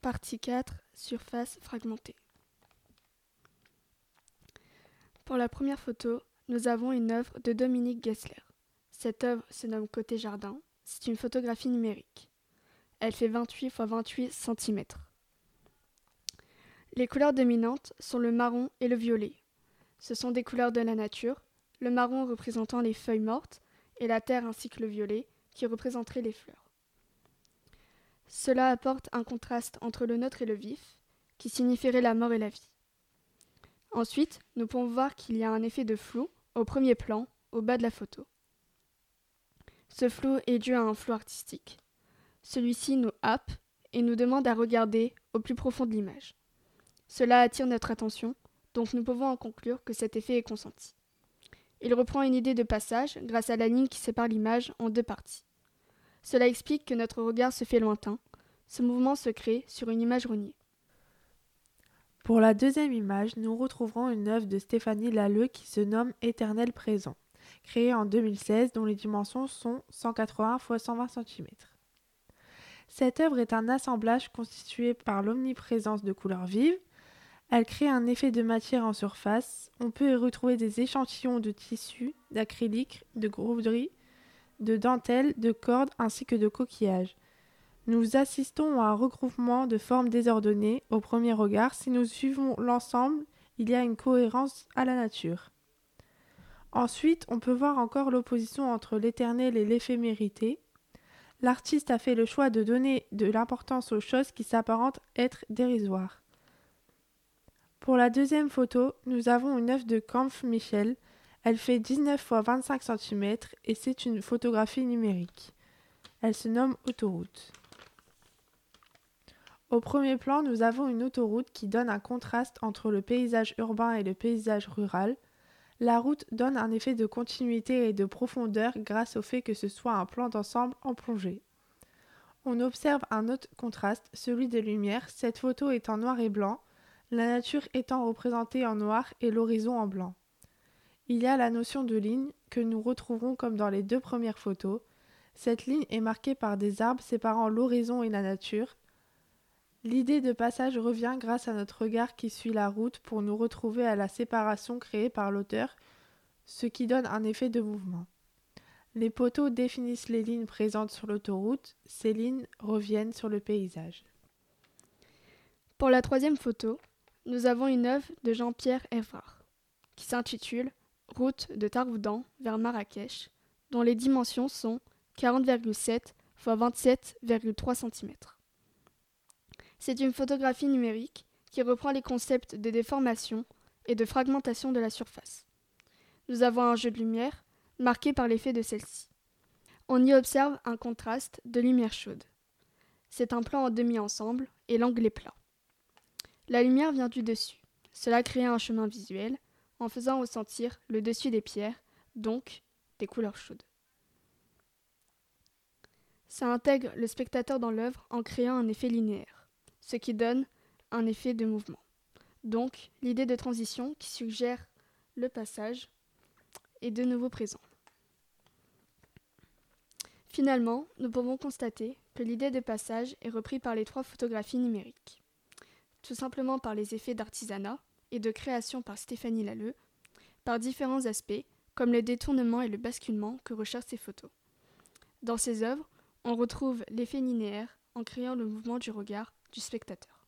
Partie 4, surface fragmentée. Pour la première photo, nous avons une œuvre de Dominique Gessler. Cette œuvre se nomme Côté jardin. C'est une photographie numérique. Elle fait 28 x 28 cm. Les couleurs dominantes sont le marron et le violet. Ce sont des couleurs de la nature, le marron représentant les feuilles mortes et la terre ainsi que le violet qui représenterait les fleurs. Cela apporte un contraste entre le neutre et le vif, qui signifierait la mort et la vie. Ensuite, nous pouvons voir qu'il y a un effet de flou au premier plan, au bas de la photo. Ce flou est dû à un flou artistique. Celui-ci nous happe et nous demande à regarder au plus profond de l'image. Cela attire notre attention, donc nous pouvons en conclure que cet effet est consenti. Il reprend une idée de passage grâce à la ligne qui sépare l'image en deux parties. Cela explique que notre regard se fait lointain. Ce mouvement se crée sur une image reniée. Pour la deuxième image, nous retrouverons une œuvre de Stéphanie Lalleux qui se nomme Éternel présent, créée en 2016 dont les dimensions sont 180 x 120 cm. Cette œuvre est un assemblage constitué par l'omniprésence de couleurs vives. Elle crée un effet de matière en surface. On peut y retrouver des échantillons de tissu, d'acrylique, de broderie, de dentelle, de cordes ainsi que de coquillages. Nous assistons à un regroupement de formes désordonnées au premier regard. Si nous suivons l'ensemble, il y a une cohérence à la nature. Ensuite, on peut voir encore l'opposition entre l'éternel et l'éphémérité. L'artiste a fait le choix de donner de l'importance aux choses qui s'apparentent être dérisoires. Pour la deuxième photo, nous avons une œuvre de Kampf Michel. Elle fait 19 x 25 cm et c'est une photographie numérique. Elle se nomme Autoroute. Au premier plan, nous avons une autoroute qui donne un contraste entre le paysage urbain et le paysage rural. La route donne un effet de continuité et de profondeur grâce au fait que ce soit un plan d'ensemble en plongée. On observe un autre contraste, celui des lumières. Cette photo est en noir et blanc, la nature étant représentée en noir et l'horizon en blanc. Il y a la notion de ligne que nous retrouverons comme dans les deux premières photos. Cette ligne est marquée par des arbres séparant l'horizon et la nature. L'idée de passage revient grâce à notre regard qui suit la route pour nous retrouver à la séparation créée par l'auteur, ce qui donne un effet de mouvement. Les poteaux définissent les lignes présentes sur l'autoroute, ces lignes reviennent sur le paysage. Pour la troisième photo, nous avons une œuvre de Jean-Pierre Évrard, qui s'intitule « Route de Taroudan vers Marrakech », dont les dimensions sont 40,7 x 27,3 cm. C'est une photographie numérique qui reprend les concepts de déformation et de fragmentation de la surface. Nous avons un jeu de lumière marqué par l'effet de celle-ci. On y observe un contraste de lumière chaude. C'est un plan en demi-ensemble et l'angle est plat. La lumière vient du dessus. Cela crée un chemin visuel en faisant ressentir le dessus des pierres, donc des couleurs chaudes. Ça intègre le spectateur dans l'œuvre en créant un effet linéaire, ce qui donne un effet de mouvement. Donc, l'idée de transition qui suggère le passage est de nouveau présent. Finalement, nous pouvons constater que l'idée de passage est reprise par les trois photographies numériques. Tout simplement par les effets d'artisanat et de création par Stéphanie Lalleux, par différents aspects, comme le détournement et le basculement que recherchent ces photos. Dans ces œuvres, on retrouve l'effet linéaire en créant le mouvement du regard du spectateur.